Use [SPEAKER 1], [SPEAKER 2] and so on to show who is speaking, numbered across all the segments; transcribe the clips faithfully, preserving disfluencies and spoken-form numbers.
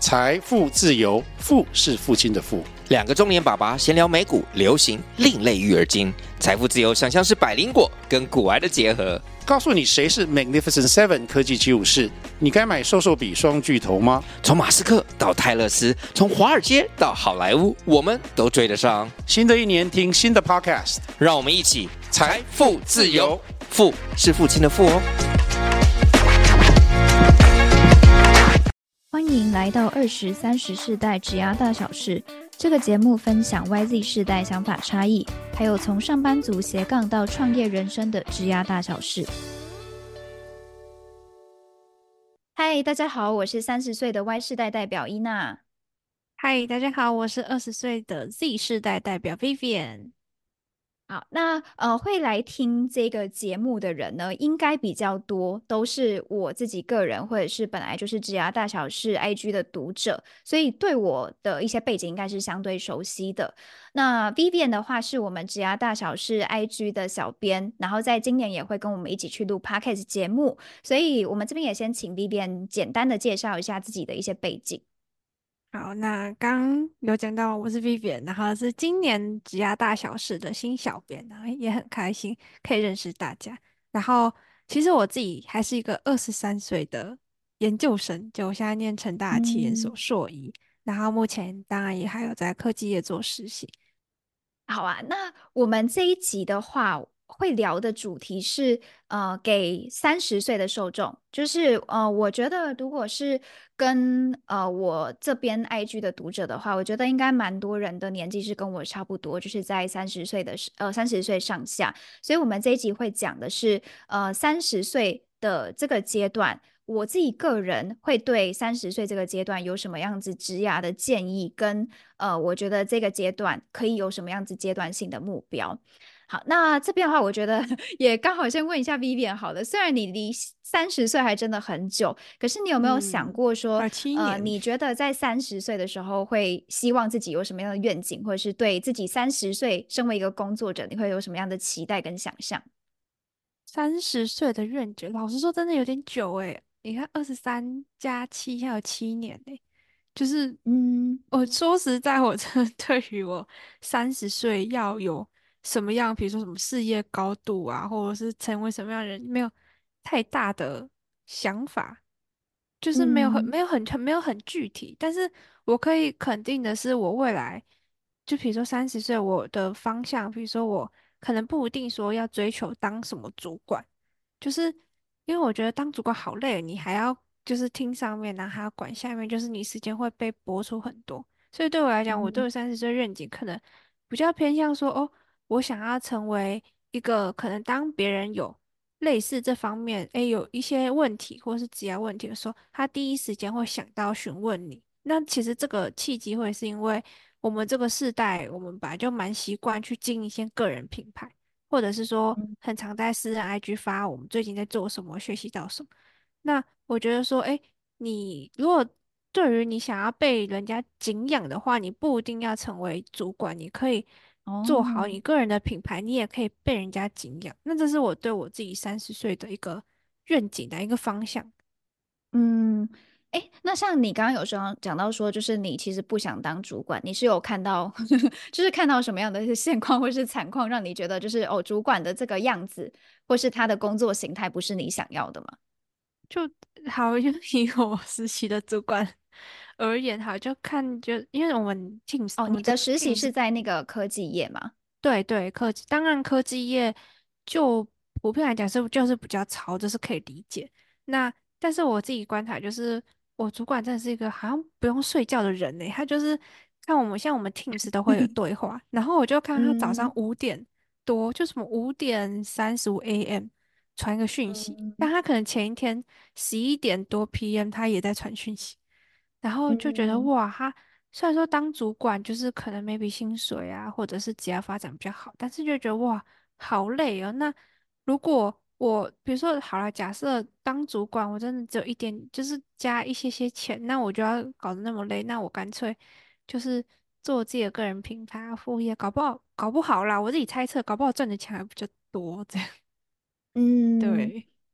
[SPEAKER 1] 财富自由，富是父亲的富。
[SPEAKER 2] 两个中年爸爸闲聊美股、流行、另类育儿经，财富自由想象是百灵果跟股癌的结合。
[SPEAKER 1] 告诉你谁是 Magnificent Seven 科技七武士，你该买瘦瘦比双巨头吗？
[SPEAKER 2] 从马斯克到泰勒斯，从华尔街到好莱坞，我们都追得上。
[SPEAKER 1] 新的一年听新的 Podcast，
[SPEAKER 2] 让我们一起
[SPEAKER 1] 财富自由，
[SPEAKER 2] 富是父亲的富哦。
[SPEAKER 3] 欢迎来到二十三十世代职涯大小事。这个节目分享 Y Z 世代想法差异，还有从上班族斜杠到创业人生的职涯大小事。嗨，大家好，我是三十岁的 Y 世代代表伊娜。
[SPEAKER 4] 嗨，大家好，我是二十岁的 Z 世代代表 Vivian。
[SPEAKER 3] 好，那呃，会来听这个节目的人呢，应该比较多，都是我自己个人，或者是本来就是职涯大小事 I G 的读者，所以对我的一些背景应该是相对熟悉的。那 Vivian 的话，是我们职涯大小事 I G 的小编，然后在今年也会跟我们一起去录 Podcast 节目，所以我们这边也先请 Vivian 简单的介绍一下自己的一些背景。
[SPEAKER 4] 好，那刚有讲到我是 Vivian，然后是今年职涯大小事的新小编，然后也很开心可以认识大家。然后其实我自己还是一个二十三岁的研究生，就我现在念成大企研所
[SPEAKER 3] 嗯，
[SPEAKER 4] 硕一，然后目前当然也还有在科技业做实习。
[SPEAKER 3] 好啊，那我们这一集的话，会聊的主题是呃，给三十岁的受众，就是呃，我觉得如果是跟呃我这边 I G 的读者的话，我觉得应该蛮多人的年纪是跟我差不多，就是在三十岁的呃三十岁上下，所以我们这一集会讲的是呃三十岁的这个阶段。我自己个人会对三十岁这个阶段有什么样子职涯的建议，跟呃，我觉得这个阶段可以有什么样子阶段性的目标。好，那这边的话，我觉得也刚好先问一下 Vivian 好了。虽然你离三十岁还真的很久，可是你有没有想
[SPEAKER 4] 嗯，
[SPEAKER 3] 过说，
[SPEAKER 4] 快七
[SPEAKER 3] 呃，
[SPEAKER 4] 年。
[SPEAKER 3] 你觉得在三十岁的时候会希望自己有什么样的愿景，或者是对自己三十岁身为一个工作者，你会有什么样的期待跟想象？
[SPEAKER 4] 三十岁的愿景，老实说真的有点久诶。你看二十三加七还有七年诶。就是
[SPEAKER 3] 嗯
[SPEAKER 4] 我说实在，我真的对于我三十岁要有什么样，比如说什么事业高度啊，或者是成为什么样的人，没有太大的想法，就是没有很
[SPEAKER 3] 嗯
[SPEAKER 4] 没有很很没有很具体。但是我可以肯定的是，我未来就比如说三十岁，我的方向，比如说我可能不一定说要追求当什么主管。就是因为我觉得当主管好累，你还要就是听上面，然后还要管下面，就是你时间会被拨出很多。所以对我来讲，我对
[SPEAKER 3] 嗯
[SPEAKER 4] 我三十岁愿景可能比较偏向说，哦，我想要成为一个可能当别人有类似这方面，诶，有一些问题或是职业问题的时候，他第一时间会想到询问你。那其实这个契机会是因为我们这个世代，我们本来就蛮习惯去经营一些个人品牌。或者是说
[SPEAKER 3] 嗯
[SPEAKER 4] 很常在私人 I G 发我们最近在做什么，学习到什么。那我觉得说，哎，你如果对于你想要被人家敬仰的话，你不一定要成为主管，你可以做好
[SPEAKER 3] 哦。
[SPEAKER 4] 你个人的品牌，你也可以被人家敬仰。那这是我对我自己三十岁的一个愿景的一个方向。
[SPEAKER 3] 嗯，哎，那像你刚刚有说讲到说，就是你其实不想当主管，你是有看到，就是看到什么样的现况或是惨况，让你觉得就是哦，主管的这个样子，或是他的工作形态不是你想要的吗？
[SPEAKER 4] 就好，就以我实习的主管而言，好，就看就因为我们 Teams
[SPEAKER 3] 哦，
[SPEAKER 4] 我们这个
[SPEAKER 3] 你的实习
[SPEAKER 4] Teams
[SPEAKER 3] 是在那个科技业吗？
[SPEAKER 4] 对对，科技当然科技业就普遍来讲是就是比较潮，这是可以理解。那但是我自己观察就是，我主管真的是一个好像不用睡觉的人呢。他就是看我们像我们 Teams 都会有对话，然后我就看他早上
[SPEAKER 3] 嗯
[SPEAKER 4] 五点多，就什么五点三十五 A M 传一个讯息，但
[SPEAKER 3] 嗯
[SPEAKER 4] 他可能前一天十一点多 P M 他也在传讯息。然后就觉得
[SPEAKER 3] 嗯
[SPEAKER 4] 哇，他虽然说当主管就是可能 maybe 薪水啊，或者是职业发展比较好，但是就觉得哇，好累哦。那如果我比如说好了，假设当主管我真的只有一点，就是加一些些钱，那我就要搞得那么累，那我干脆就是做自己的个人品牌啊，副业，搞不好搞不好啦，我自己猜测，搞不好赚的钱还比较多，这样。
[SPEAKER 3] 嗯，
[SPEAKER 4] 对。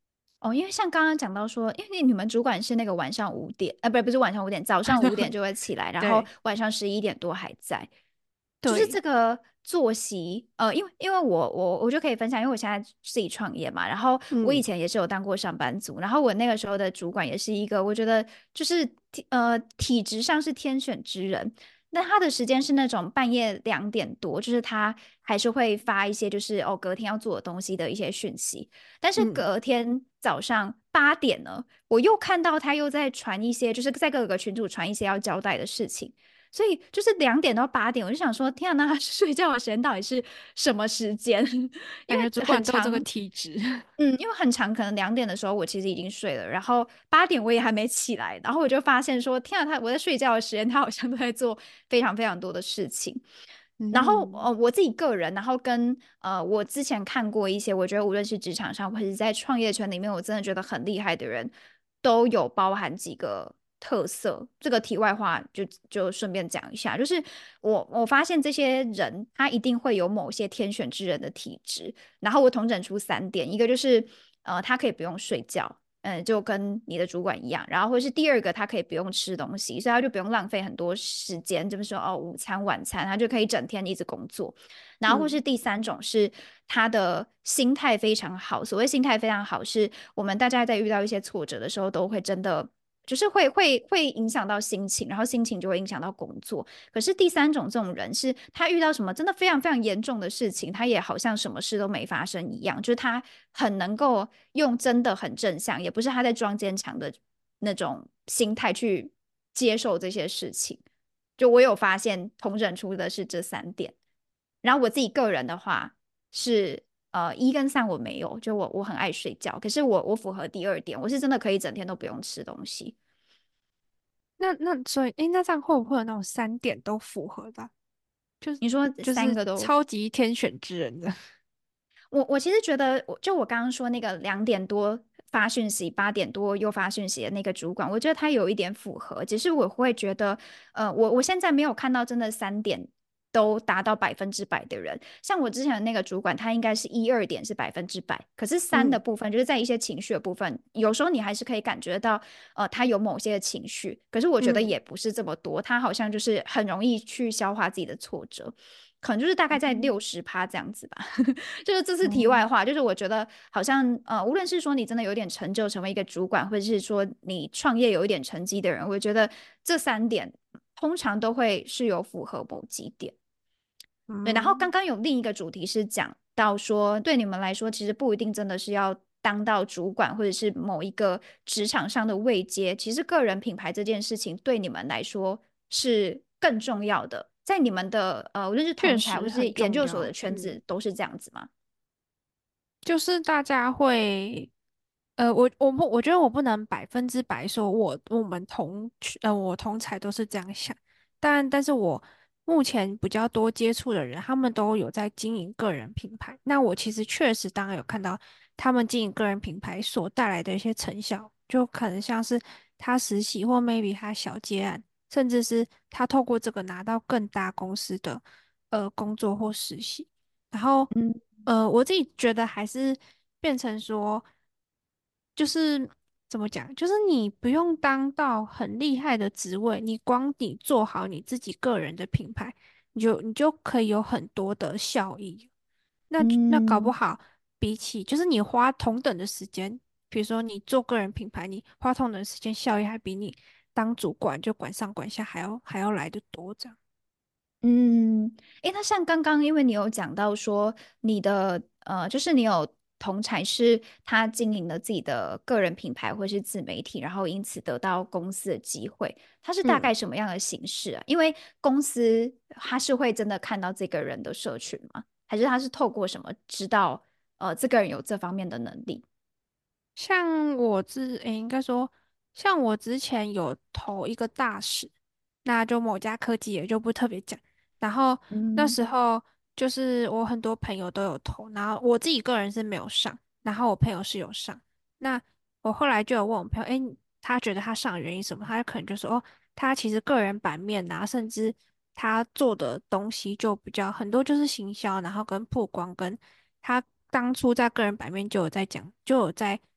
[SPEAKER 3] 哦，因为像刚刚讲到说，因为你们主管是那个晚上五点，呃，不，不是晚上五点，早上五点就会起来，然后
[SPEAKER 4] 对
[SPEAKER 3] 晚上十一点多还在，就是
[SPEAKER 4] 对，
[SPEAKER 3] 这个作息，呃，因为因为我我我就可以分享，因为我现在自己创业嘛，然后我以
[SPEAKER 4] 嗯
[SPEAKER 3] 前也是有当过上班族，然后我那个时候的主管也是一个，我觉得就是体呃体质上是天选之人。那他的时间是那种半夜两点多，就是他还是会发一些就是哦隔天要做的东西的一些讯息，但是
[SPEAKER 4] 嗯，
[SPEAKER 3] 隔天早上八点呢，我又看到他又在传一些，就是在各个群组传一些要交代的事情，所以就是两点到八点，我就想说，天啊，那他睡觉的时间到底是什么时间？因
[SPEAKER 4] 感觉主
[SPEAKER 3] 为很
[SPEAKER 4] 管都有这个
[SPEAKER 3] 长，
[SPEAKER 4] 体质。
[SPEAKER 3] 嗯，因为很长，可能两点的时候我其实已经睡了，然后八点我也还没起来，然后我就发现说，天啊，他我在睡觉的时间，他好像都在做非常非常多的事情。然后
[SPEAKER 4] 嗯，
[SPEAKER 3] 呃，我自己个人，然后跟呃，我之前看过一些，我觉得无论是职场上或者是在创业圈里面，我真的觉得很厉害的人，都有包含几个特色。这个题外话就就顺便讲一下，就是我我发现这些人他一定会有某些天选之人的体质，然后我统整出三点，一个就是呃，他可以不用睡觉。嗯，就跟你的主管一样，然后或是第二个，他可以不用吃东西，所以他就不用浪费很多时间，就是说哦，午餐、晚餐，他就可以整天一直工作。然后或是
[SPEAKER 4] 嗯，
[SPEAKER 3] 第三种是他的心态非常好，所谓心态非常好，是我们大家在遇到一些挫折的时候，都会真的就是会会会影响到心情，然后心情就会影响到工作。可是第三种这种人是，他遇到什么真的非常非常严重的事情，他也好像什么事都没发生一样，就是他很能够用真的很正向，也不是他在装坚强的那种心态去接受这些事情。就我有发现，同整出的是这三点。然后我自己个人的话是。呃，一跟三我没有，就我我很爱睡觉，可是我我符合第二点，我是真的可以整天都不用吃东西。
[SPEAKER 4] 那那所以，诶，那这样会不会有那种三点都符合的啊就是
[SPEAKER 3] 你说
[SPEAKER 4] 就是
[SPEAKER 3] 三个都
[SPEAKER 4] 超级天选之人的？
[SPEAKER 3] 我我其实觉得，我就我刚刚说那个两点多发讯息，八点多又发讯息的那个主管，我觉得他有一点符合，只是我会觉得，呃，我我现在没有看到真的三点都达到百分之百的人。像我之前的那个主管，他应该是一二点是百分之百，可是三的
[SPEAKER 4] 嗯
[SPEAKER 3] 部分就是在一些情绪的部分，有时候你还是可以感觉到，呃，他有某些情绪，可是我觉得
[SPEAKER 4] 嗯
[SPEAKER 3] 也不是这么多，他好像就是很容易去消化自己的挫折。可能就是大概在
[SPEAKER 4] 嗯
[SPEAKER 3] 六十趴这样子吧，就是这是题
[SPEAKER 4] 哦，
[SPEAKER 3] 外话，就是我觉得好像呃，无论是说你真的有点成就，成为一个主管，或者是说你创业有一点成绩的人，我觉得这三点通常都会是有符合某几点。对，然后刚
[SPEAKER 4] 嗯，
[SPEAKER 3] 刚有另一个主题是讲到说，对你们来说，其实不一定真的是要当到主管，或者是某一个职场上的位阶，其实个人品牌这件事情对你们来说是更重要的。在你们的呃，无论是同才或
[SPEAKER 4] 确实很
[SPEAKER 3] 是研究所的
[SPEAKER 4] 重要。
[SPEAKER 3] 圈
[SPEAKER 4] 嗯。
[SPEAKER 3] 子，都是这样子吗？
[SPEAKER 4] 就是大家会，呃，我我不，我觉得我不能百分之百说我我们同区呃我同才都是这样想，但但是我目前比较多接触的人，他们都有在经营个人品牌。那我其实确实当然有看到他们经营个人品牌所带来的一些成效，就可能像是他实习或 maybe 他小接案，甚至是他透过这个拿到更大公司的呃工作或实习。然后，
[SPEAKER 3] 嗯
[SPEAKER 4] 呃，我自己觉得还是变成说，就是怎么讲，就是你不用当到很厉害的职位，你光你做好你自己个人的品牌，你就你就可以有很多的效益。那那搞不
[SPEAKER 3] 嗯
[SPEAKER 4] 好，比起就是你花同等的时间，比如说你做个人品牌，你花同等的时间，效益还比你当主管就管上管下还要还要来得多，这样。
[SPEAKER 3] 嗯，诶，那像刚刚，因为你有讲到说你的呃，就是你有同才是他经营了自己的个人品牌或是自媒体，然后因此得到公司的机会，他是大
[SPEAKER 4] 嗯。
[SPEAKER 3] 概什么样的形式啊？因为公司他是会真的看到这个人的社群吗？还是他是透过什么知道呃这个人有这方面的能力？
[SPEAKER 4] 像我之，诶，应该说，像我之前有投一个大使，那就某家科技也就不特别讲。然后那
[SPEAKER 3] 嗯
[SPEAKER 4] 时候就是我很多朋友都有投，然后我自己个人是没有上，然后我朋友是有上。那我后来就有问我朋友，诶，他觉得他上的原因是什么？他可能就说，哦，他其实个人版面啊，甚至他做的东西就比较很多就是行销，然后跟曝光，跟他当初在个人版面就有在讲，就有在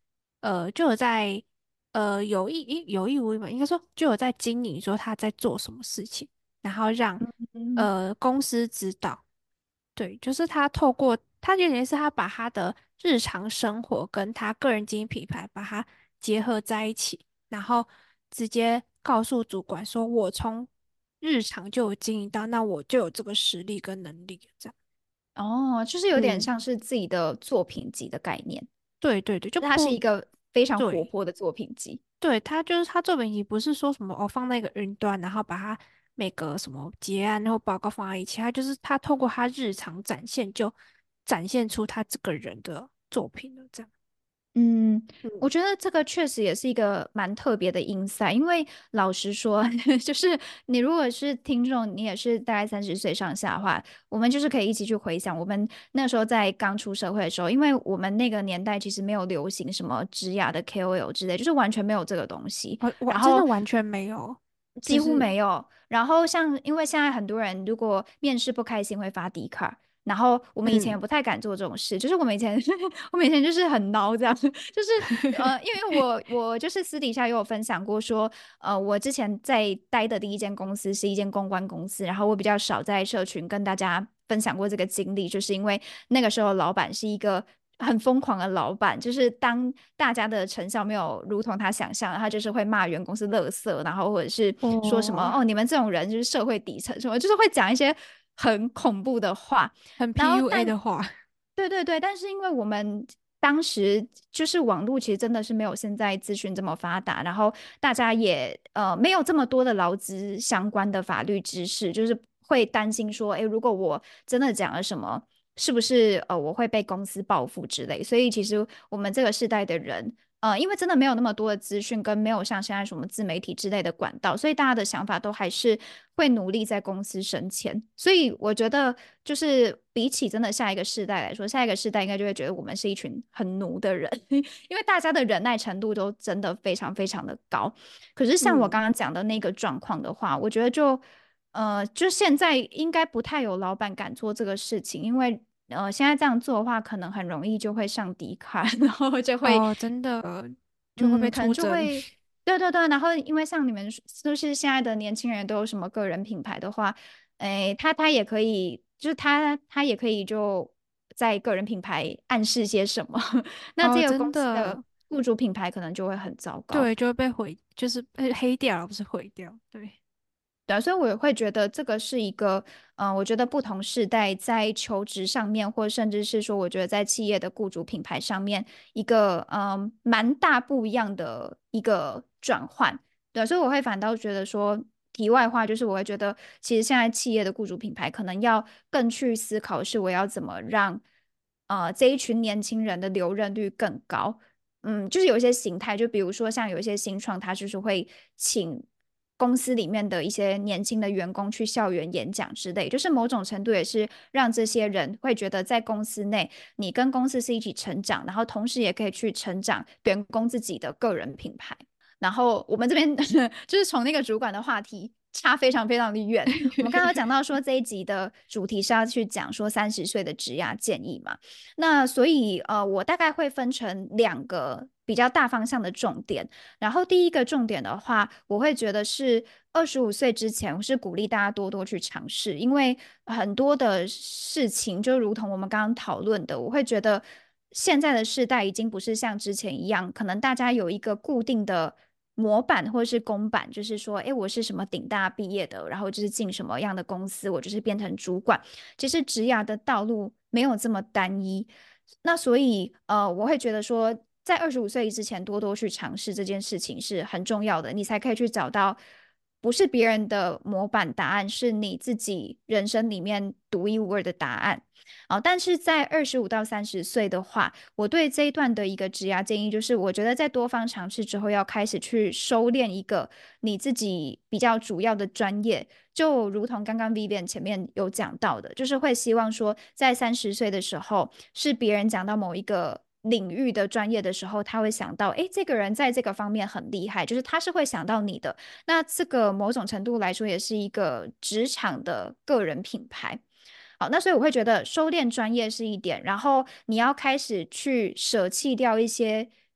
[SPEAKER 4] 呃就有在呃有意一有意无意嘛，应该说就有在经营说他在做什么事情，然后让
[SPEAKER 3] 嗯，
[SPEAKER 4] 呃公司知道。对，就是他透过他有点是他把他的日常生活跟他个人经营品牌把它结合在一起，然后直接告诉主管说，我从日常就有经营到，那我就有这个实力跟能力，这样。
[SPEAKER 3] 哦，就是有点
[SPEAKER 4] 嗯，
[SPEAKER 3] 像是自己的作品集的概念，
[SPEAKER 4] 对对对，就
[SPEAKER 3] 它是
[SPEAKER 4] 不
[SPEAKER 3] 一个非常活
[SPEAKER 4] 对。
[SPEAKER 3] 泼的作品集。
[SPEAKER 4] 对，他就是他作品集不是说什么哦放在一个云端，然后把它每个什么结案然后报告放在一起，他就是他透过他日常展现就展现出他这个人的作品了，这样。
[SPEAKER 3] 嗯，
[SPEAKER 4] 嗯，
[SPEAKER 3] 我觉得这个确实也是一个蛮特别的 insight，因为老实说，就是你如果是听众，你也是大概三十岁上下的话，我们就是可以一起去回想我们那时候在刚出社会的时候，因为我们那个年代其实没有流行什么职涯的 K O L 之类，就是完全没有这个东西。
[SPEAKER 4] 我我
[SPEAKER 3] 然后
[SPEAKER 4] 真的完全没有，就
[SPEAKER 3] 几乎
[SPEAKER 4] 是
[SPEAKER 3] 没有。然后像因为现在很多人如果面试不开心会发 d 卡，然后我们以前也
[SPEAKER 4] 嗯，
[SPEAKER 3] 不太敢做这种事，就是我们以前我们以前就是很孬这样，就是呃，因为我我就是私底下也有分享过说，呃，我之前在待的第一间公司是一间公关公司，然后我比较少在社群跟大家分享过这个经历，就是因为那个时候老板是一个很疯狂的老板，就是当大家的成效没有如同他想象的，他就是会骂员工是垃圾，然后或者是说什么
[SPEAKER 4] 哦，
[SPEAKER 3] 哦，你们这种人就是社会底层什么，就是会讲一些很恐怖的话。
[SPEAKER 4] 很
[SPEAKER 3] 然后
[SPEAKER 4] P U A
[SPEAKER 3] 但
[SPEAKER 4] 的话，
[SPEAKER 3] 对对对，但是因为我们当时就是网络，其实真的是没有现在资讯这么发达，然后大家也呃没有这么多的劳资相关的法律知识，就是会担心说，诶，如果我真的讲了什么，是不是呃我会被公司报复之类？所以其实我们这个世代的人。呃，因为真的没有那么多的资讯，跟没有像现在什么自媒体之类的管道，所以大家的想法都还是会努力在公司升迁。所以我觉得，就是比起真的下一个世代来说，下一个世代应该就会觉得我们是一群很奴的人，因为大家的忍耐程度都真的非常非常的高。可是像我
[SPEAKER 4] 嗯，
[SPEAKER 3] 刚刚讲的那个状况的话，我觉得就呃，就现在应该不太有老板敢做这个事情，因为呃，现在这样做的话，可能很容易就会上迪卡，然后就会
[SPEAKER 4] 哦，真的就会
[SPEAKER 3] 嗯，
[SPEAKER 4] 被
[SPEAKER 3] 可能
[SPEAKER 4] 出征，
[SPEAKER 3] 就会，对对对，然后因为像你们说就是现在的年轻人都有什么个人品牌的话，诶，他他也可以，就是他他也可以就在个人品牌暗示些什么，那这
[SPEAKER 4] 哦，
[SPEAKER 3] 个公
[SPEAKER 4] 真
[SPEAKER 3] 司的
[SPEAKER 4] 的，
[SPEAKER 3] 雇主品牌可能就会很糟糕。
[SPEAKER 4] 对，就会被毁，就是被黑掉，而不是毁掉，对，
[SPEAKER 3] 对啊，所以我也会觉得这个是一个，嗯、我觉得不同世代在求职上面，或甚至是说，我觉得在企业的雇主品牌上面，一个嗯蛮大不一样的一个转换。对啊，所以我会反倒觉得说，题外话就是，我会觉得其实现在企业的雇主品牌可能要更去思考，是我要怎么让呃这一群年轻人的留任率更高。嗯，就是有一些形态，就比如说像有一些新创，它就是会请公司里面的一些年轻的员工去校园演讲之类，就是某种程度也是让这些人会觉得在公司内，你跟公司是一起成长，然后同时也可以去成长员工自己的个人品牌。然后我们这边就是从那个主管的话题差非常非常的远。我们刚刚有讲到说这一集的主题是要去讲说三十岁的职涯建议嘛，那所以呃，我大概会分成两个比较大方向的重点。然后第一个重点的话，我会觉得是二十五岁之前，我是鼓励大家多多去尝试，因为很多的事情就如同我们刚刚讨论的，我会觉得现在的世代已经不是像之前一样，可能大家有一个固定的。模板或者是公版，就是说，哎，我是什么顶大毕业的，然后就是进什么样的公司，我就是变成主管。其实职涯的道路没有这么单一，那所以呃，我会觉得说，在二十五岁之前多多去尝试这件事情是很重要的，你才可以去找到不是别人的模板答案，是你自己人生里面独一无二的答案。啊，但是在二十五到三十岁的话，我对这一段的一个职涯建议就是，我觉得在多方尝试之后，要开始去收敛一个你自己比较主要的专业，就如同刚刚 Vivian 前面有讲到的，就是会希望说，在三十岁的时候，是别人讲到某一个领域的专业的时候，他会想到，诶，这个人在这个方面很厉害，就是他是会想到你的。那这个某种程度来说，也是一个职场的个人品牌。好，那所以我会觉得收敛专业是一点，然后你要开始去舍弃掉一些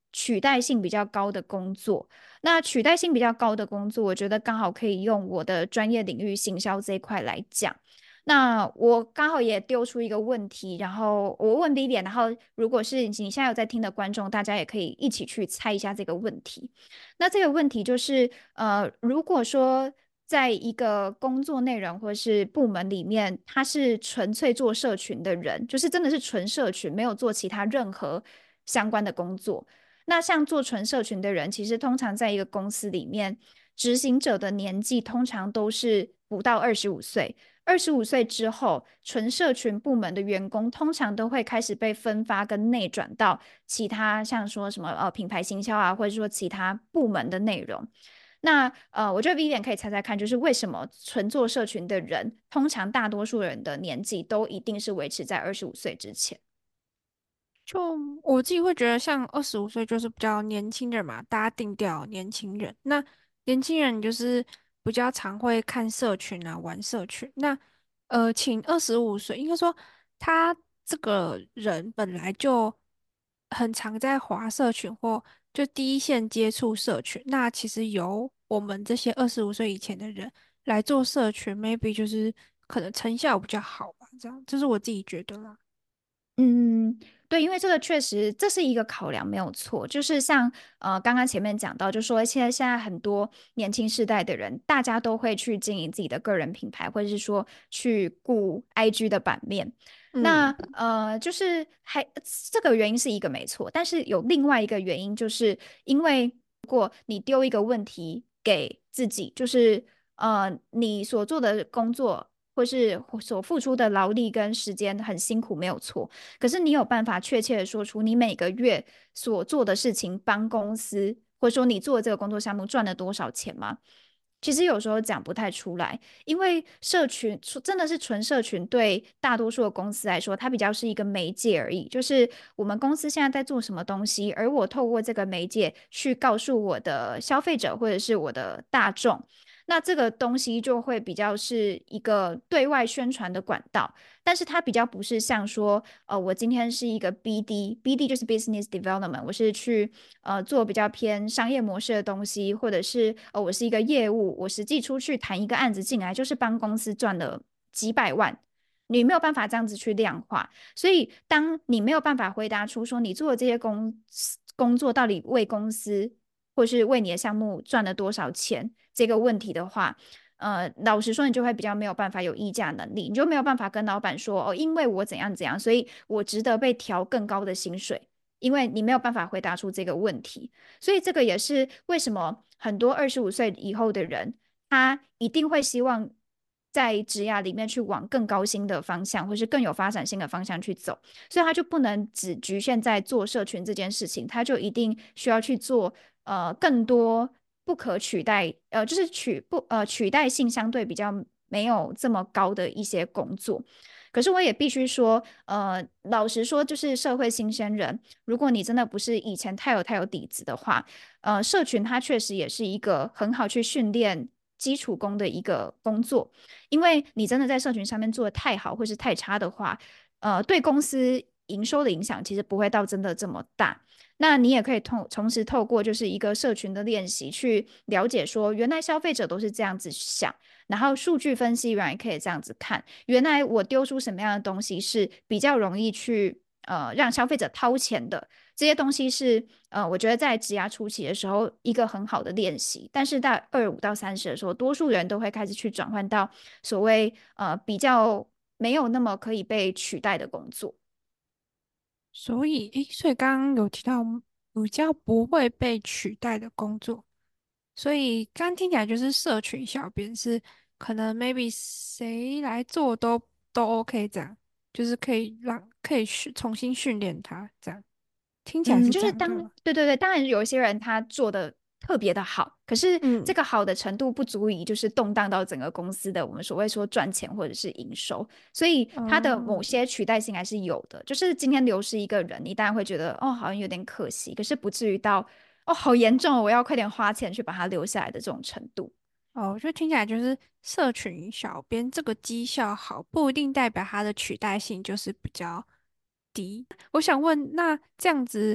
[SPEAKER 3] 取代性比较高的工作。那取代性比较高的工作，我觉得刚好可以用我的专业领域行销这一块来讲。那我刚好也丢出一个问题，然后我问 B B，然后如果是你现在有在听的观众，大家也可以一起去猜一下这个问题。那这个问题就是，呃，如果说在一个工作内容或是部门里面，他是纯粹做社群的人，就是真的是纯社群，没有做其他任何相关的工作。那像做纯社群的人，其实通常在一个公司里面，执行者的年纪通常都是不到二十五岁。二十五岁之后，纯社群部门的员工通常都会开始被分发跟内转到其他，像说什么呃品牌行销啊，或者说其他部门的内容。那呃，我觉得 Vivian 可以猜猜看，就是为什么纯做社群的人，通常大多数人的年纪都一定是维持在二十五岁之前。
[SPEAKER 4] 就我自己会觉得，像二十五岁就是比较年轻人嘛，大家定调年轻人。那年轻人就是比较常会看社群啊，玩社群。那呃，请二十五岁，应该说他这个人本来就很常在滑社群或就第一线接触社群。那其实由我们这些二十五岁以前的人来做社群，maybe 就是可能成效比较好吧，这样，这是我自己觉得啦。
[SPEAKER 3] 嗯，对，因为这个确实这是一个考量，没有错。就是像呃刚刚前面讲到，就说现在现在很多年轻世代的人，大家都会去经营自己的个人品牌，或者是说去顾 I G 的版面。那
[SPEAKER 4] 嗯。
[SPEAKER 3] 呃，就是还这个原因是一个没错，但是有另外一个原因，就是因为你丢一个问题给自己，就是呃，你所做的工作或是所付出的劳力跟时间很辛苦，没有错。可是你有办法确切的说出你每个月所做的事情帮公司，或者说你做的这个工作项目赚了多少钱吗？其实有时候讲不太出来，因为社群真的是纯社群，对大多数的公司来说，它比较是一个媒介而已。就是我们公司现在在做什么东西，而我透过这个媒介去告诉我的消费者或者是我的大众，那这个东西就会比较是一个对外宣传的管道。但是它比较不是像说，呃，我今天是一个 B D，B D 就是 Business Development，我是去呃做比较偏商业模式的东西，或者是呃我是一个业务，我实际出去谈一个案子进来，就是帮公司赚了几百万。你没有办法这样子去量化，所以当你没有办法回答出说你做的这些工工作到底为公司或是为你的项目赚了多少钱这个问题的话，呃，老实说，你就会比较没有办法有议价能力，你就没有办法跟老板说哦，因为我怎样怎样，所以我值得被调更高的薪水，因为你没有办法回答出这个问题，所以这个也是为什么很多二十五岁以后的人，他一定会希望在职涯里面去往更高薪的方向，或是更有发展性的方向去走，所以他就不能只局限在做社群这件事情，他就一定需要去做呃更多不可取代，呃，就是取不呃取代性相对比较没有这么高的一些工作。可是我也必须说，呃，老实说，就是社会新鲜人，如果你真的不是以前太有太有底子的话，呃，社群它确实也是一个很好去训练基础功的一个工作，因为你真的在社群上面做的太好或是太差的话，呃，对公司营收的影响其实不会到真的这么大。那你也可以同同时透过就是一个社群的练习，去了解说，原来消费者都是这样子想，然后数据分析原来可以这样子看，原来我丢出什么样的东西是比较容易去呃让消费者掏钱的，这些东西是呃我觉得在职涯初期的时候一个很好的练习，但是在二五到三十的时候，多数人都会开始去转换到所谓呃比较没有那么可以被取代的工作。
[SPEAKER 4] 所以，诶，所以刚刚有提到比较不会被取代的工作，所以刚刚听起来就是社群小编是可能 maybe 谁来做都都 OK 这样，就是可以让可以训重新训练他这样，听起来
[SPEAKER 3] 嗯，
[SPEAKER 4] 是这
[SPEAKER 3] 就是当
[SPEAKER 4] 样对吗？
[SPEAKER 3] 对对对，当然有一些人他做的特别的好，可是这
[SPEAKER 4] 嗯。
[SPEAKER 3] 个好的程度不足以就是动荡到整个公司的我们所谓说赚钱或者是营收，所以它的
[SPEAKER 4] 哦。
[SPEAKER 3] 某些取代性还是有的。就是今天流失一个人，你当然会觉得哦好像有点可惜，可是不至于到哦好严重哦，我要快点花钱去把它留下来的这种程度。
[SPEAKER 4] 哦，我觉得听起来就是社群小编这个绩效好，不一定代表它的取代性就是比较低。我想问，那这样子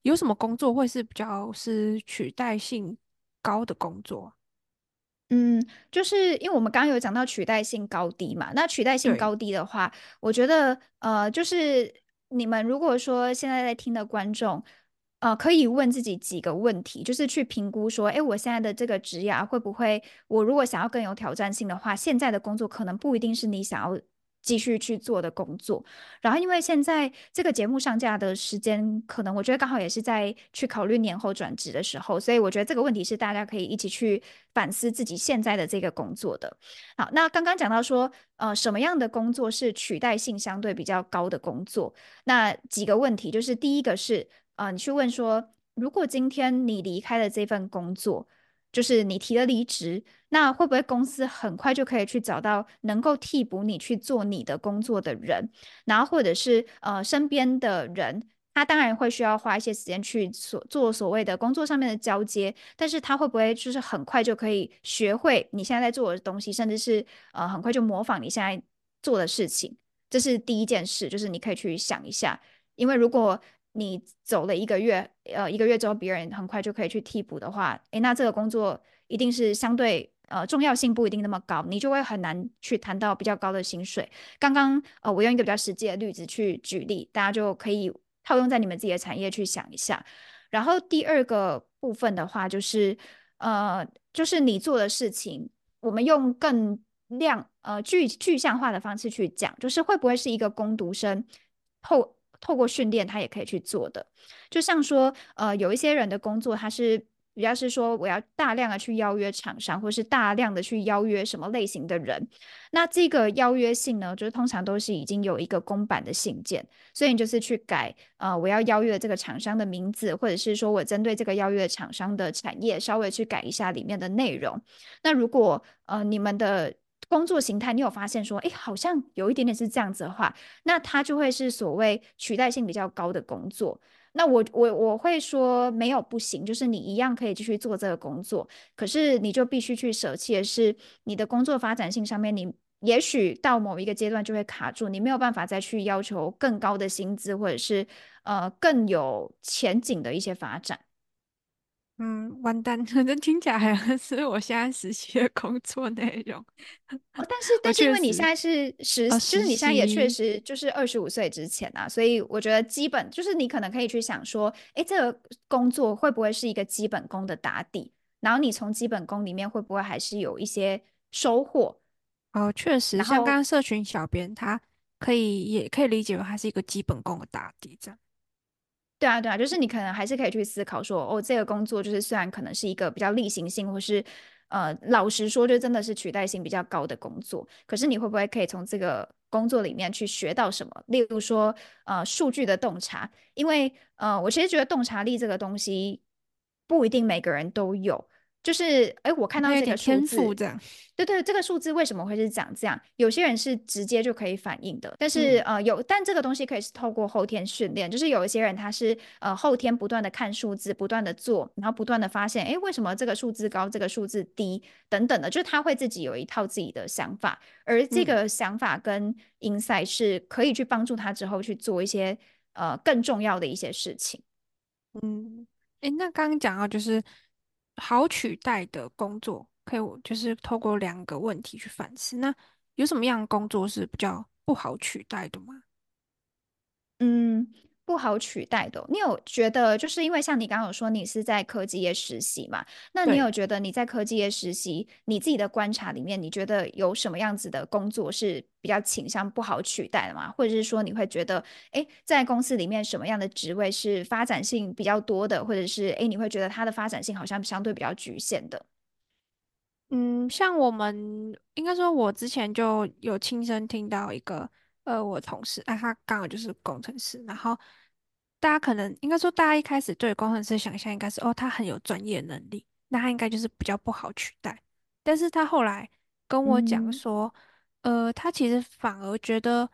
[SPEAKER 4] 有什么工作会是比较是取代性高的工作啊？
[SPEAKER 3] 嗯，就是因为我们刚刚有讲到取代性高低嘛，那取代性
[SPEAKER 4] 对，
[SPEAKER 3] 高低的话，我觉得呃，就是你们如果说现在在听的观众，呃，可以问自己几个问题，就是去评估说，哎，我现在的这个职涯会不会，我如果想要更有挑战性的话，现在的工作可能不一定是你想要继续去做的工作。然后，因为现在这个节目上架的时间，可能我觉得刚好也是在去考虑年后转职的时候，所以我觉得这个问题是大家可以一起去反思自己现在的这个工作的。好，那刚刚讲到说，呃，什么样的工作是取代性相对比较高的工作？那几个问题，就是第一个是，呃，你去问说，如果今天你离开了这份工作，就是你提了离职，那会不会公司很快就可以去找到能够替补你去做你的工作的人？然后或者是呃身边的人，他当然会需要花一些时间去所做所谓的工作上面的交接，但是他会不会就是很快就可以学会你现在在做的东西，甚至是呃很快就模仿你现在做的事情？这是第一件事，就是你可以去想一下，因为如果你走了一个月，呃，一个月之后别人很快就可以去替补的话，诶，那这个工作一定是相对呃重要性不一定那么高，你就会很难去谈到比较高的薪水。刚刚呃，我用一个比较实际的例子去举例，大家就可以套用在你们自己的产业去想一下。然后第二个部分的话，就是呃，就是你做的事情，我们用更量呃具具象化的方式去讲，就是会不会是一个工读生透透过训练他也可以去做的。就像说，呃，有一些人的工作他是比较是说我要大量的去邀约厂商，或是大量的去邀约什么类型的人。那这个邀约信呢，就是通常都是已经有一个公版的信件，所以你就是去改，呃，我要邀约这个厂商的名字，或者是说我针对这个邀约厂商的产业稍微去改一下里面的内容。那如果呃你们的工作形态，你有发现说，哎，好像有一点点是这样子的话，那它就会是所谓取代性比较高的工作。那我我我会说没有不行，就是你一样可以继续做这个工作，可是你就必须去舍弃的是你的工作发展性上面，你也许到某一个阶段就会卡住，你没有办法再去要求更高的薪资，或者是呃更有前景的一些发展。
[SPEAKER 4] 嗯，完蛋，这听起来好像是我现在实习的工作内容。
[SPEAKER 3] 哦，但是
[SPEAKER 4] 我
[SPEAKER 3] 但是因
[SPEAKER 4] 确实，
[SPEAKER 3] 为你现在是实，
[SPEAKER 4] 呃，实
[SPEAKER 3] 就是你现在也确
[SPEAKER 4] 习，
[SPEAKER 3] 实就是二十五岁之前啊，所以我觉得基本就是你可能可以去想说，哎，这个工作会不会是一个基本功的打底？然后你从基本功里面会不会还是有一些收获？
[SPEAKER 4] 哦，确实，
[SPEAKER 3] 然后
[SPEAKER 4] 像刚刚社群小编，他可以也可以理解为它是一个基本功的打底，这样。
[SPEAKER 3] 对啊，对啊，就是你可能还是可以去思考说，哦，这个工作就是虽然可能是一个比较例行性，或是呃，老实说，就真的是取代性比较高的工作，可是你会不会可以从这个工作里面去学到什么？例如说，呃，数据的洞察，因为呃，我其实觉得洞察力这个东西不一定每个人都有，就是哎，我看到这个
[SPEAKER 4] 他有点
[SPEAKER 3] 数字。
[SPEAKER 4] 天赋这样。
[SPEAKER 3] 对对，这个数字为什么会是长这样？有些人是直接就可以反应的，但是
[SPEAKER 4] 嗯
[SPEAKER 3] 呃有，但这个东西可以是透过后天训练，就是有一些人他是呃后天不断的看数字，不断的做，然后不断的发现，哎，为什么这个数字高，这个数字低等等的，就是他会自己有一套自己的想法，而这
[SPEAKER 4] 嗯
[SPEAKER 3] 个想法跟 insight 是可以去帮助他之后去做一些呃更重要的一些事情。
[SPEAKER 4] 嗯，诶，那刚刚讲到就是好取代的工作，可以我就是透过两个问题去反思。那有什么样的工作是比较不好取代的吗？
[SPEAKER 3] 嗯，不好取代的哦。你有觉得，就是因为像你刚刚有说你是在科技业实习嘛？那你有
[SPEAKER 4] 对。
[SPEAKER 3] 觉得你在科技业实习，你自己的观察里面，你觉得有什么样子的工作是比较倾向不好取代的吗？或者是说你会觉得，哎，在公司里面什么样的职位是发展性比较多的，或者是哎，你会觉得它的发展性好像相对比较局限的？
[SPEAKER 4] 嗯，像我们应该说，我之前就有亲身听到一个，呃，我同事，啊，他刚好就是工程师，然后大家可能应该说，大家一开始对工程师想象应该是，哦，他很有专业能力，那他应该就是比较不好取代。但是他后来跟我讲
[SPEAKER 3] 嗯
[SPEAKER 4] 说，呃，他其实反而觉得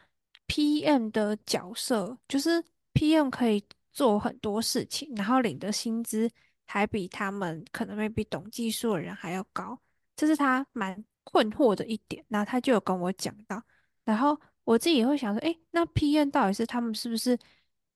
[SPEAKER 4] P M 的角色，就是 P M 可以做很多事情，然后领的薪资还比他们可能 maybe 懂技术的人还要高。这是他蛮困惑的一点。然后他就有跟我讲到，然后我自己也会想说，诶，那 P N 到底是他们是不是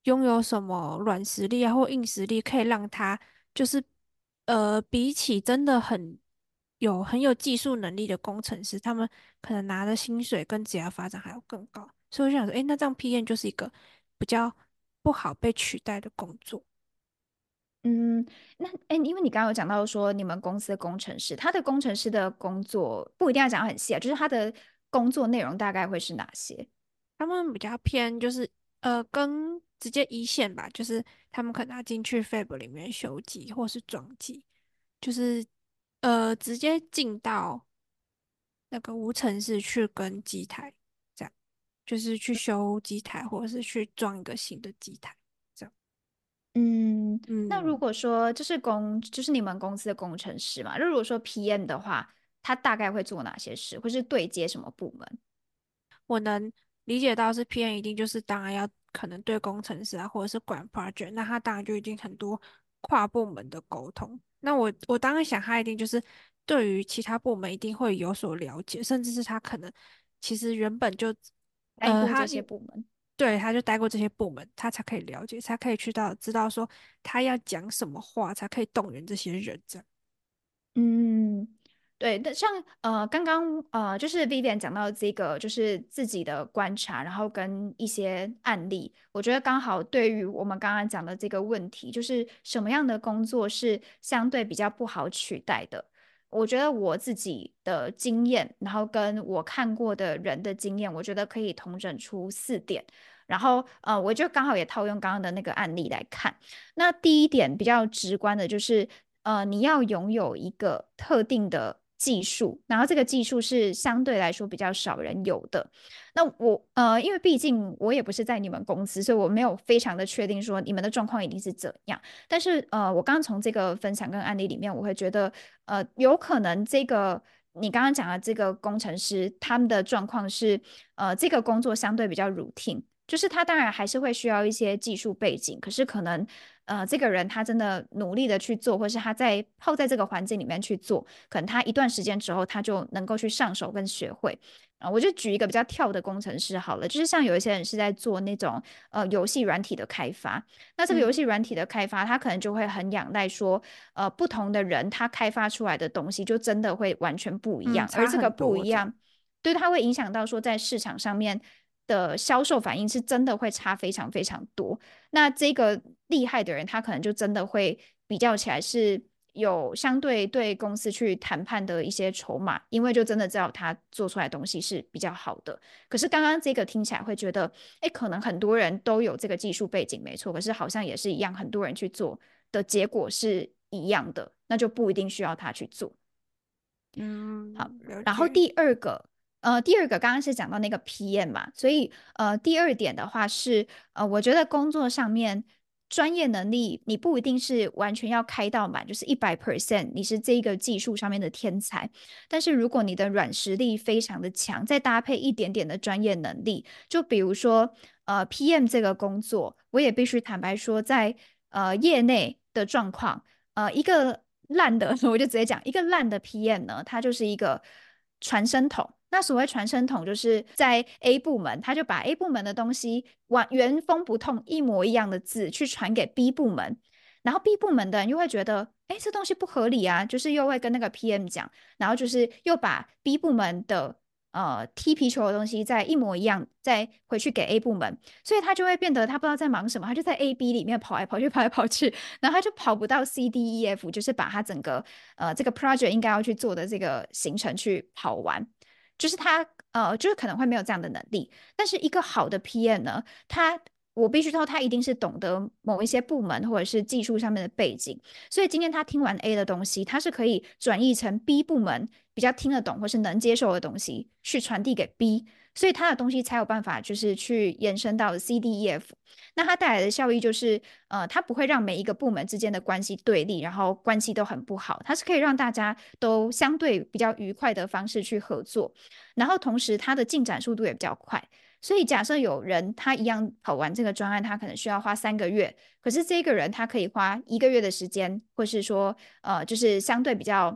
[SPEAKER 4] 拥有什么软实力啊或硬实力，可以让他就是呃，比起真的很有很有技术能力的工程师，他们可能拿的薪水跟职业发展还要更高。所以我就想说，诶，那这样 P M 就是一个比较不好被取代的工作。
[SPEAKER 3] 嗯，那哎，因为你刚刚有讲到说你们公司的工程师，他的工程师的工作不一定要讲得很细啊，就是他的工作内容大概会是哪些？
[SPEAKER 4] 他们比较偏就是呃，跟直接一线吧，就是他们可能要进去 Fab 里面修机或是装机，就是呃直接进到那个无尘室去跟机台，这样就是去修机台或者是去装一个新的机台，这样。
[SPEAKER 3] 嗯，那如
[SPEAKER 4] 嗯，
[SPEAKER 3] 果说这是工，就是你们公司的工程师嘛，那如果说 P M 的话，他大概会做哪些事，或是对接什么部门？
[SPEAKER 4] 我能理解到是 P M 一定就是当然要可能对工程师啊，或者是管 project，那他当然就一定很多跨部门的沟通。那我我当然想他一定就是对于其他部门一定会有所了解，甚至是他可能其实原本就呃他
[SPEAKER 3] 待过这些部门？
[SPEAKER 4] 对他就待过这些部门，他才可以了解，才可以去到知道说他要讲什么话，才可以动员这些人这样。
[SPEAKER 3] 嗯，对，那像呃，刚刚呃，就是 Vivian 讲到这个，就是自己的观察，然后跟一些案例，我觉得刚好对于我们刚刚讲的这个问题，就是什么样的工作是相对比较不好取代的。我觉得我自己的经验，然后跟我看过的人的经验，我觉得可以统整出四点。然后呃，我就刚好也套用刚刚的那个案例来看。那第一点比较直观的就是，呃，你要拥有一个特定的技术，然后这个技术是相对来说比较少人有的。那我呃，因为毕竟我也不是在你们公司，所以我没有非常的确定说你们的状况一定是怎样。但是呃，我刚刚从这个分享跟案例里面，我会觉得呃，有可能这个。你刚刚讲的这个工程师，他们的状况是，呃，这个工作相对比较 routine，就是他当然还是会需要一些技术背景，可是可能呃，这个人他真的努力的去做，或是他在泡在这个环境里面去做，可能他一段时间之后，他就能够去上手跟学会。啊、我就举一个比较跳的工程师好了，就是像有一些人是在做那种呃游戏软体的开发，那这个游
[SPEAKER 4] 嗯，
[SPEAKER 3] 戏软体的开发，他可能就会很仰赖说，呃，不同的人他开发出来的东西就真的会完全不一
[SPEAKER 4] 嗯，
[SPEAKER 3] 样，而这个
[SPEAKER 4] 差很多这样。
[SPEAKER 3] 不一样，对，它会影响到说在市场上面的销售反应是真的会差非常非常多。那这个厉害的人，他可能就真的会比较起来是有相对对公司去谈判的一些筹码，因为就真的知道他做出来的东西是比较好的。可是刚刚这个听起来会觉得，哎，可能很多人都有这个技术背景，没错，可是好像也是一样，很多人去做的结果是一样的，那就不一定需要他去做。好，
[SPEAKER 4] 嗯，了解。
[SPEAKER 3] 然后第二个，呃，第二个刚刚是讲到那个 P M 嘛，所以呃，第二点的话是，呃，我觉得工作上面专业能力你不一定是完全要开到满，就是一百 percent 你是这个技术上面的天才，但是如果你的软实力非常的强，再搭配一点点的专业能力，就比如说呃 P M 这个工作，我也必须坦白说，在呃业内的状况。呃，一个烂的，我就直接讲，一个烂的 P M 呢，它就是一个传声筒。那所谓传声筒，就是在 A 部门，他就把 A 部门的东西完原封不动一模一样的字去传给 B 部门，然后 B 部门的人又会觉得，哎，这东西不合理啊，就是又会跟那个 P M 讲，然后就是又把 B 部门的呃踢皮球的东西再一模一样，再回去给 A 部门，所以他就会变得他不知道在忙什么，他就在 A、B 里面跑来跑去，跑来跑去，然后他就跑不到 C、D、E、F，就是把他整个呃这个 project 应该要去做的这个行程去跑完，就是他呃就是可能会没有这样的能力，但是一个好的 P M 呢，他我必须说，他一定是懂得某一些部门或者是技术上面的背景，所以今天他听完 A 的东西，他是可以转译成 B 部门比较听得懂或是能接受的东西，去传递给 B，所以他的东西才有办法就是去延伸到 C、D、E、F。那它带来的效益就是，呃，它不会让每一个部门之间的关系对立，然后关系都很不好，它是可以让大家都相对比较愉快的方式去合作，然后同时它的进展速度也比较快。所以假设有人他一样跑完这个专案，他可能需要花三个月，可是这个人他可以花一个月的时间，或是说呃，就是相对比较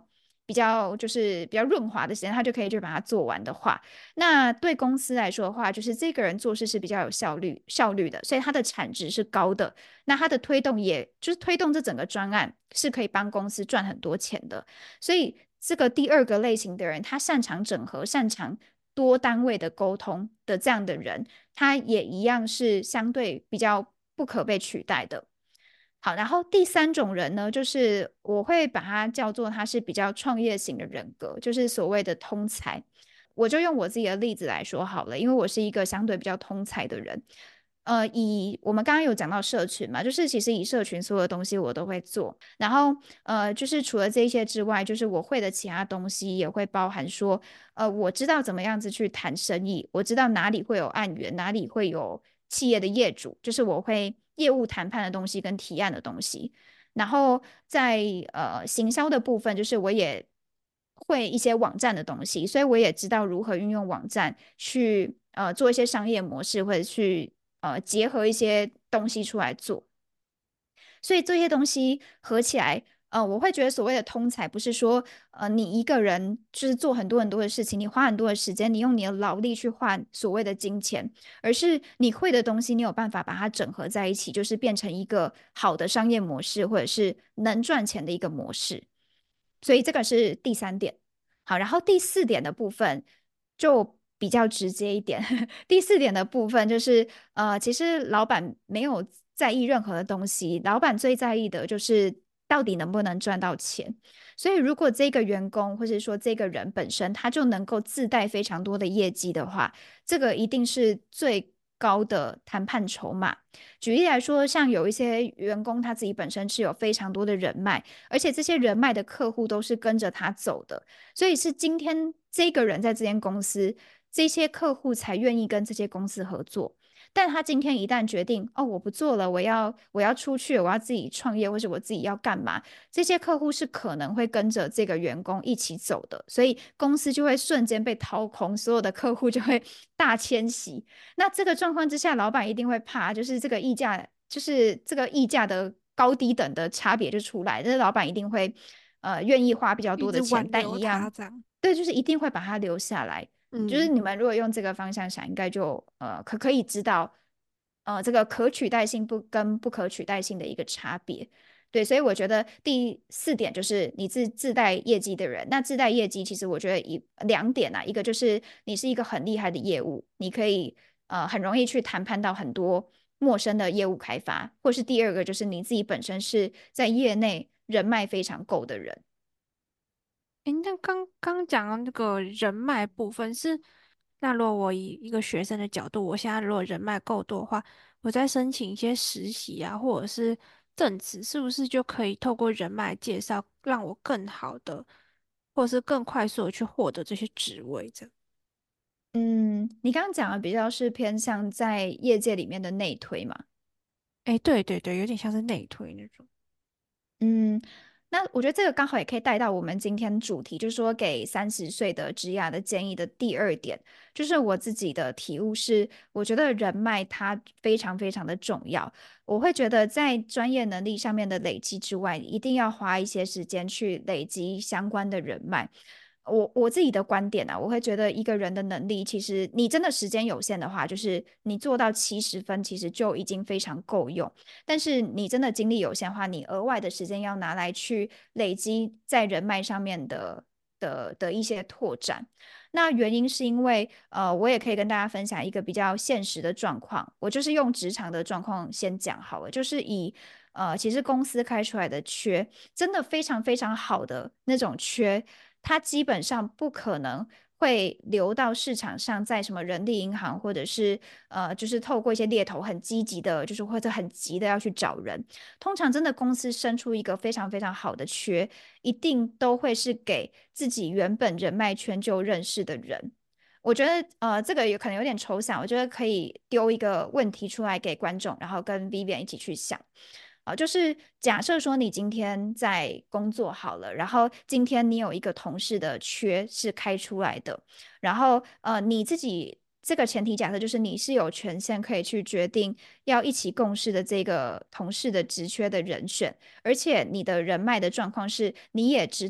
[SPEAKER 3] 比较就是比较润滑的时间，他就可以去把它做完的话，那对公司来说的话，就是这个人做事是比较有效率效率的，所以他的产值是高的。那他的推动也就是推动这整个专案是可以帮公司赚很多钱的。所以这个第二个类型的人，他擅长整合，擅长多单位的沟通的这样的人，他也一样是相对比较不可被取代的。好，然后第三种人呢，就是我会把它叫做他是比较创业型的人格，就是所谓的通才。我就用我自己的例子来说好了，因为我是一个相对比较通才的人。呃，以我们刚刚有讲到社群嘛，就是其实以社群所有的东西我都会做，然后呃，就是除了这一些之外，就是我会的其他东西也会包含说，呃，我知道怎么样子去谈生意，我知道哪里会有案源，哪里会有企业的业主，就是我会业务谈判的东西跟提案的东西。然后在呃行销的部分，就是我也会一些网站的东西，所以我也知道如何运用网站去呃做一些商业模式，或者去呃结合一些东西出来做。所以这些东西合起来，呃，我会觉得所谓的通才，不是说呃你一个人就是做很多很多的事情，你花很多的时间，你用你的劳力去换所谓的金钱，而是你会的东西，你有办法把它整合在一起，就是变成一个好的商业模式，或者是能赚钱的一个模式。所以这个是第三点。好，然后第四点的部分就比较直接一点。第四点的部分就是，呃，其实老板没有在意任何的东西，老板最在意的就是到底能不能赚到钱。所以，如果这个员工或者说这个人本身他就能够自带非常多的业绩的话，这个一定是最高的谈判筹码。举例来说，像有一些员工他自己本身是有非常多的人脉，而且这些人脉的客户都是跟着他走的，所以是今天这个人在这间公司，这些客户才愿意跟这些公司合作。但他今天一旦决定哦，我不做了，我要我要出去，我要自己创业，或者我自己要干嘛，这些客户是可能会跟着这个员工一起走的，所以公司就会瞬间被掏空，所有的客户就会大迁徙。那这个状况之下，老板一定会怕，就是这个溢价，就是这个溢价的高低等的差别就出来，这老板一定会呃愿意花比较
[SPEAKER 4] 一直
[SPEAKER 3] 多的钱，但
[SPEAKER 4] 挽留
[SPEAKER 3] 一样
[SPEAKER 4] 他这样。
[SPEAKER 3] 对，就是一定会把它留下来。就是
[SPEAKER 4] 嗯，
[SPEAKER 3] 你们如果用这个方向想，应该就呃可可以知道，呃这个可取代性不跟不可取代性的一个差别。对，所以我觉得第四点就是你自自带业绩的人。那自带业绩，其实我觉得一两点啊，一个就是你是一个很厉害的业务，你可以呃很容易去谈判到很多陌生的业务开发，或是第二个就是你自己本身是在业内人脉非常够的人。
[SPEAKER 4] 诶，那刚刚讲的那个人脉部分是，那如果我以一个学生的角度，我现在如果人脉够多的话，我再申请一些实习啊，或者是正职，是不是就可以透过人脉介绍，让我更好的，或者是更快速的去获得这些职位？这样。
[SPEAKER 3] 嗯，你刚刚讲的比较是偏向在业界里面的内推嘛？
[SPEAKER 4] 诶，对对对，有点像是内推那种。
[SPEAKER 3] 嗯，那我觉得这个刚好也可以带到我们今天主题，就是说给三十岁的职涯的建议的第二点，就是我自己的体悟是，我觉得人脉它非常非常的重要。我会觉得在专业能力上面的累积之外，一定要花一些时间去累积相关的人脉。我我自己的观点啊，我会觉得一个人的能力，其实你真的时间有限的话，就是你做到七十分，其实就已经非常够用。但是你真的精力有限的话，你额外的时间要拿来去累积在人脉上面的的的一些拓展。那原因是因为，呃，我也可以跟大家分享一个比较现实的状况，我就是用职场的状况先讲好了，就是以。呃，其实公司开出来的缺，真的非常非常好的那种缺，它基本上不可能会流到市场上，在什么人力银行或者是呃，就是透过一些猎头很积极的，就是或者很急的要去找人。通常真的公司生出一个非常非常好的缺，一定都会是给自己原本人脉圈就认识的人。我觉得呃，这个有可能有点抽象，我觉得可以丢一个问题出来给观众，然后跟 Vivian 一起去想。啊，就是假设说你今天在工作好了，然后今天你有一个同事的缺是开出来的，然后呃你自己这个前提假设就是你是有权限可以去决定要一起共事的这个同事的职缺的人选，而且你的人脉的状况是你也知道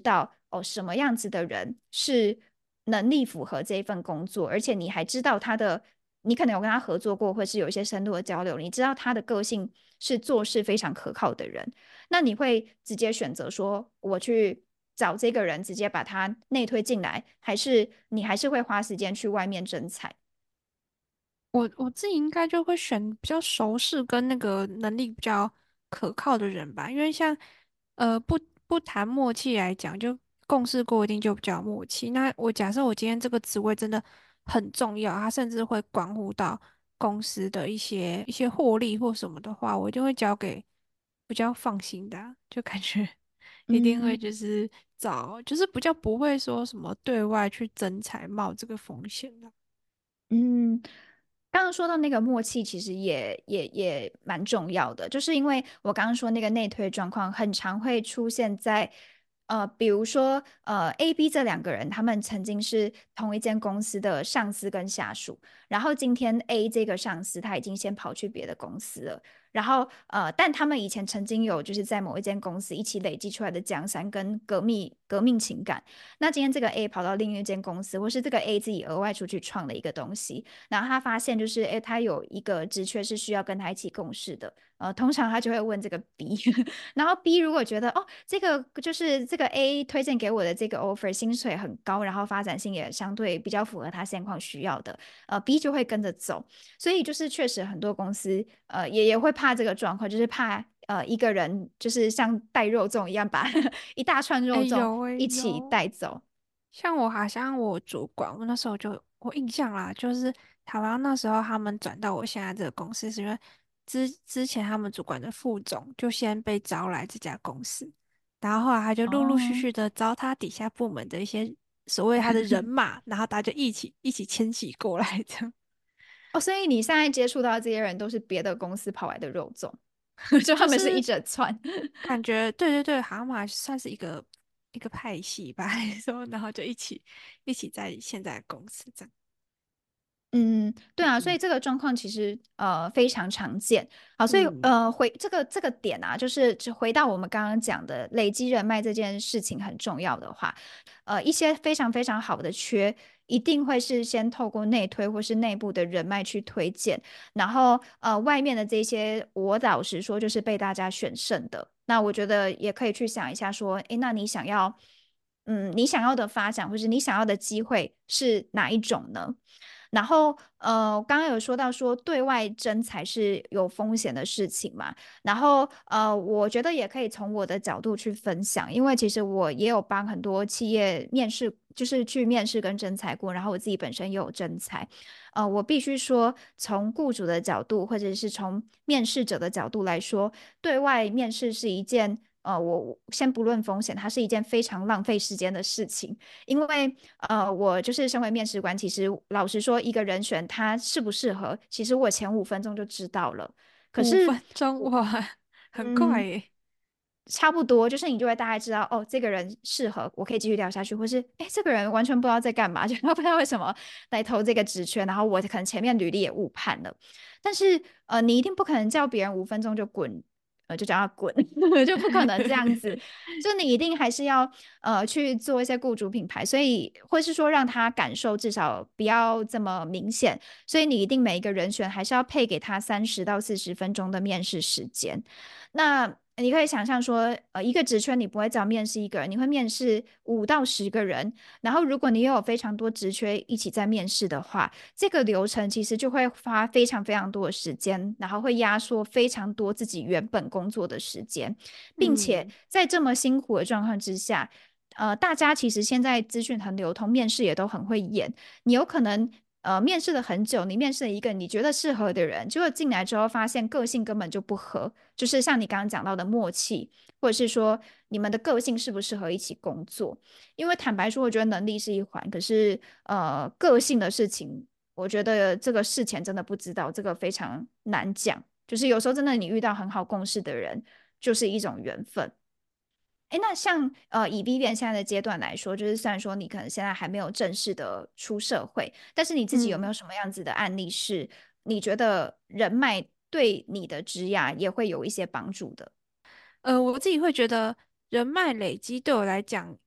[SPEAKER 3] 哦什么样子的人是能力符合这一份工作，而且你还知道他的，你可能有跟他合作过，或是有一些深度的交流，你知道他的个性是做事非常可靠的人，那你会直接选择说我去找这个人，直接把他内推进来，还是你还是会花时间去外面征才？
[SPEAKER 4] 我我自己应该就会选比较熟识跟那个能力比较可靠的人吧，因为像呃不不谈默契来讲，就共事过一定就比较有默契。那我假设我今天这个职位真的很重要，它甚至会关乎到公司的一些一些获利或什么的话，我一定会交给比较放心的啊就感觉一定会
[SPEAKER 3] 嗯
[SPEAKER 4] 就是找，就是比较不会说什么对外去争财冒这个风险的。
[SPEAKER 3] 嗯，刚刚说到那个默契，其实也也也蛮重要的，就是因为我刚刚说那个内推状况，很常会出现在，呃，比如说呃 A、B 这两个人，他们曾经是同一间公司的上司跟下属，然后今天 A 这个上司他已经先跑去别的公司了，然后呃，但他们以前曾经有就是在某一间公司一起累积出来的江山跟革命革命情感，那今天这个 A 跑到另一间公司，或是这个 A 自己额外出去创了一个东西。然后他发现就是，哎，他有一个职缺是需要跟他一起共事的，呃，通常他就会问这个 B，然后 B 如果觉得哦，这个就是这个 A 推荐给我的这个 offer 薪水很高，然后发展性也相对比较符合他现况需要的，呃，B 就会跟着走，所以就是确实很多公司呃也也会怕这个状况，就是怕呃一个人就是像带肉粽一样把一大串
[SPEAKER 4] 哎，
[SPEAKER 3] 肉粽
[SPEAKER 4] 有哎
[SPEAKER 3] 一起
[SPEAKER 4] 有。
[SPEAKER 3] 带走。
[SPEAKER 4] 像我好像我主管，我那时候就我印象啦，就是台湾那时候他们转到我现在这个公司，是因为之之前他们主管的副总就先被招来这家公司，然后后来他就陆陆续
[SPEAKER 3] 哦，
[SPEAKER 4] 续的招他底下部门的一些所谓他的人马，然后大家就一起一起迁徙过来，这样
[SPEAKER 3] 哦，所以你现在接触到的这些人都是别的公司跑来的肉粽，就他们是一
[SPEAKER 4] 就是
[SPEAKER 3] 整串。
[SPEAKER 4] 感觉对对对，好像还算是一个一个派系吧，还是说然后就一起一起在现在的公司这样。
[SPEAKER 3] 嗯，对啊，所以
[SPEAKER 4] 嗯
[SPEAKER 3] 这个状况其实呃非常常见。好，所以
[SPEAKER 4] 嗯
[SPEAKER 3] 呃回这个这个点啊，就是只回到我们刚刚讲的累积人脉这件事情很重要的话，呃一些非常非常好的缺，一定会是先透过内推或是内部的人脉去推荐，然后呃外面的这些，我老实说就是被大家选剩的。那我觉得也可以去想一下说，诶，那你想要嗯你想要的发展或是你想要的机会是哪一种呢？然后，呃，刚刚有说到说对外征才是有风险的事情嘛，然后，呃，我觉得也可以从我的角度去分享，因为其实我也有帮很多企业面试，就是去面试跟征才过，然后我自己本身也有征才，呃，我必须说，从雇主的角度或者是从面试者的角度来说，对外面试是一件。呃，我先不论风险，它是一件非常浪费时间的事情。因为呃，我就是身为面试官，其实老实说，一个人选他适不适合，其实我前五分钟就知道了。可
[SPEAKER 4] 五
[SPEAKER 3] 是，
[SPEAKER 4] 分钟哇，很快
[SPEAKER 3] 嗯，
[SPEAKER 4] 耶。
[SPEAKER 3] 差不多就是你就会大概知道，哦，这个人适合，我可以继续聊下去，或是哎，这个人完全不知道在干嘛，就不知道为什么来投这个职缺，然后我可能前面履历也误判了。但是呃，你一定不可能叫别人五分钟就滚，呃，就叫他滚，就不可能这样子。就你一定还是要呃去做一些雇主品牌，所以或是说让他感受至少不要这么明显，所以你一定每一个人选还是要配给他三十到四十分钟的面试时间。那你可以想象说，呃，一个职缺你不会只要面试一个人，你会面试五到十个人，然后如果你又有非常多职缺一起在面试的话，这个流程其实就会花非常非常多的时间，然后会压缩非常多自己原本工作的时间，并且
[SPEAKER 4] 嗯
[SPEAKER 3] 在这么辛苦的状况之下，呃，大家其实现在资讯很流通，面试也都很会演，你有可能。呃，面试了很久，你面试了一个你觉得适合的人，结果进来之后发现个性根本就不合，就是像你刚刚讲到的默契，或者是说你们的个性适不适合一起工作。因为坦白说，我觉得能力是一环，可是呃，个性的事情，我觉得这个事前真的不知道，这个非常难讲。就是有时候真的你遇到很好共事的人，就是一种缘分。哎，那像呃，以 Vivian 现在的阶段来说，就是虽然说你可能现在还没有正式的出社会，但是你自己有没有
[SPEAKER 4] 嗯，
[SPEAKER 3] 什么样子的案例是你觉得人脉对你的职涯也会有一些帮助的？
[SPEAKER 4] 呃，我自己会觉得人脉累积对我来讲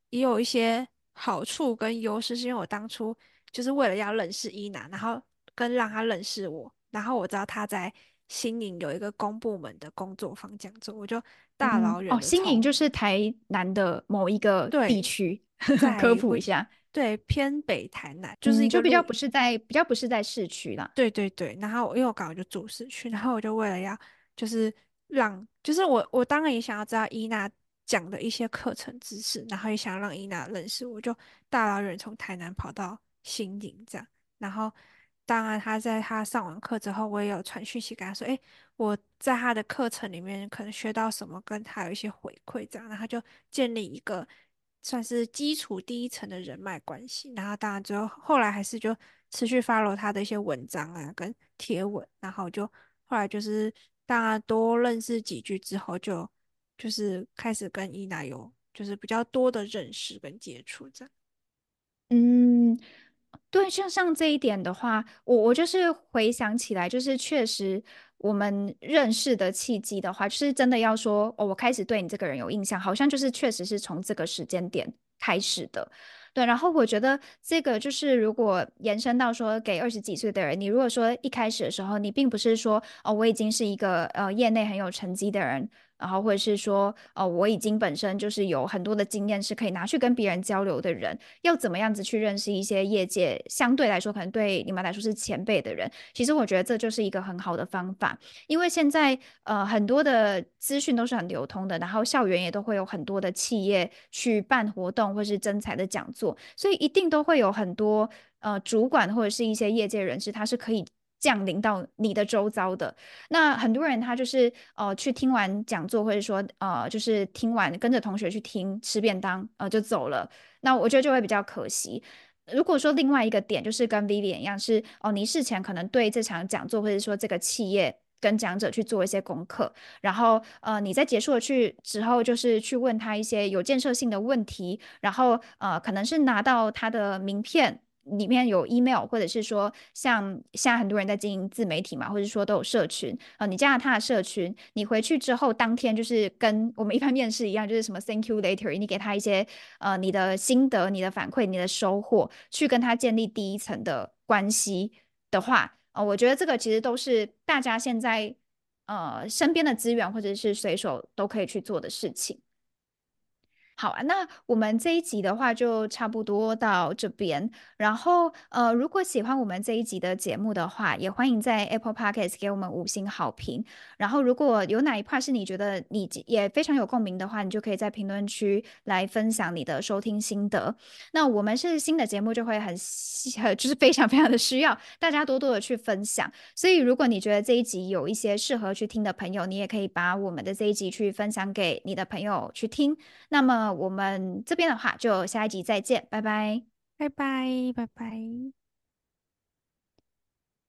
[SPEAKER 4] 也有一些好处跟优势，是因为我当初就是为了要认识伊娜，然后跟让她认识我，然后我知道她在新营有一个公部门的工作坊讲座，我就大
[SPEAKER 3] 嗯，
[SPEAKER 4] 老远
[SPEAKER 3] 哦，新营
[SPEAKER 4] 的从
[SPEAKER 3] 就是台南的某一个地
[SPEAKER 4] 对
[SPEAKER 3] 区，科
[SPEAKER 4] 在不
[SPEAKER 3] 普一下。
[SPEAKER 4] 对偏北台南，就是
[SPEAKER 3] 嗯，
[SPEAKER 4] 一个路。
[SPEAKER 3] 就比较不是在比较不是在市区啦。
[SPEAKER 4] 对对对，然后我因为我刚好就住市区，然后我就为了要就是让，就是我我当然也想要知道伊娜讲的一些课程知识，然后也想让伊娜认识我，就大老远从台南跑到新营这样。然后当然他在他上完课之后，我也有传讯息跟他说，诶，我在他的课程里面可能学到什么，跟他有一些回馈这样，然后就建立一个算是基础第一层的人脉关系。然后当然之后后来还是就持续 follow 他的一些文章啊跟贴文，然后就后来就是当然多认识几句之后就，就是开始跟伊娜有就是比较多的认识跟接触这样。
[SPEAKER 3] 嗯，对，像像这一点的话，我我就是回想起来，就是确实我们认识的契机的话，就是真的要说，哦，我开始对你这个人有印象，好像就是确实是从这个时间点开始的。对，然后我觉得这个就是如果延伸到说给二十几岁的人，你如果说一开始的时候，你并不是说哦，我已经是一个呃业内很有成绩的人，然后或者是说哦，我已经本身就是有很多的经验是可以拿去跟别人交流的人。要怎么样子去认识一些业界相对来说可能对你们来说是前辈的人，其实我觉得这就是一个很好的方法，因为现在呃很多的资讯都是很流通的，然后校园也都会有很多的企业去办活动或是征才的讲座，所以一定都会有很多呃主管或者是一些业界人士，他是可以降临到你的周遭的。那很多人他就是呃去听完讲座，或者说呃就是听完跟着同学去听吃便当呃就走了，那我觉得就会比较可惜。如果说另外一个点就是跟 Vivian 一样是哦，你事前可能对这场讲座或者说这个企业跟讲者去做一些功课，然后呃你在结束了去之后，就是去问他一些有建设性的问题，然后呃可能是拿到他的名片。里面有 email，或者是说像现在很多人在经营自媒体嘛，或者说都有社群，呃，你加了他的社群，你回去之后当天就是跟我们一般面试一样，就是什么 thank you later，你给他一些呃你的心得、你的反馈、你的收获，去跟他建立第一层的关系的话，呃，我觉得这个其实都是大家现在呃身边的资源或者是随手都可以去做的事情。好啊，那我们这一集的话就差不多到这边。然后，呃，如果喜欢我们这一集的节目的话，也欢迎在 Apple Podcast 给我们五星好评。然后，如果有哪一 part 是你觉得你也非常有共鸣的话，你就可以在评论区来分享你的收听心得。那我们是新的节目，就会很希呃就是非常非常的需要大家多多的去分享。所以，如果你觉得这一集有一些适合去听的朋友，你也可以把我们的这一集去分享给你的朋友去听。那么我们这边的话，就下一集再见，拜拜。
[SPEAKER 4] 拜拜拜拜。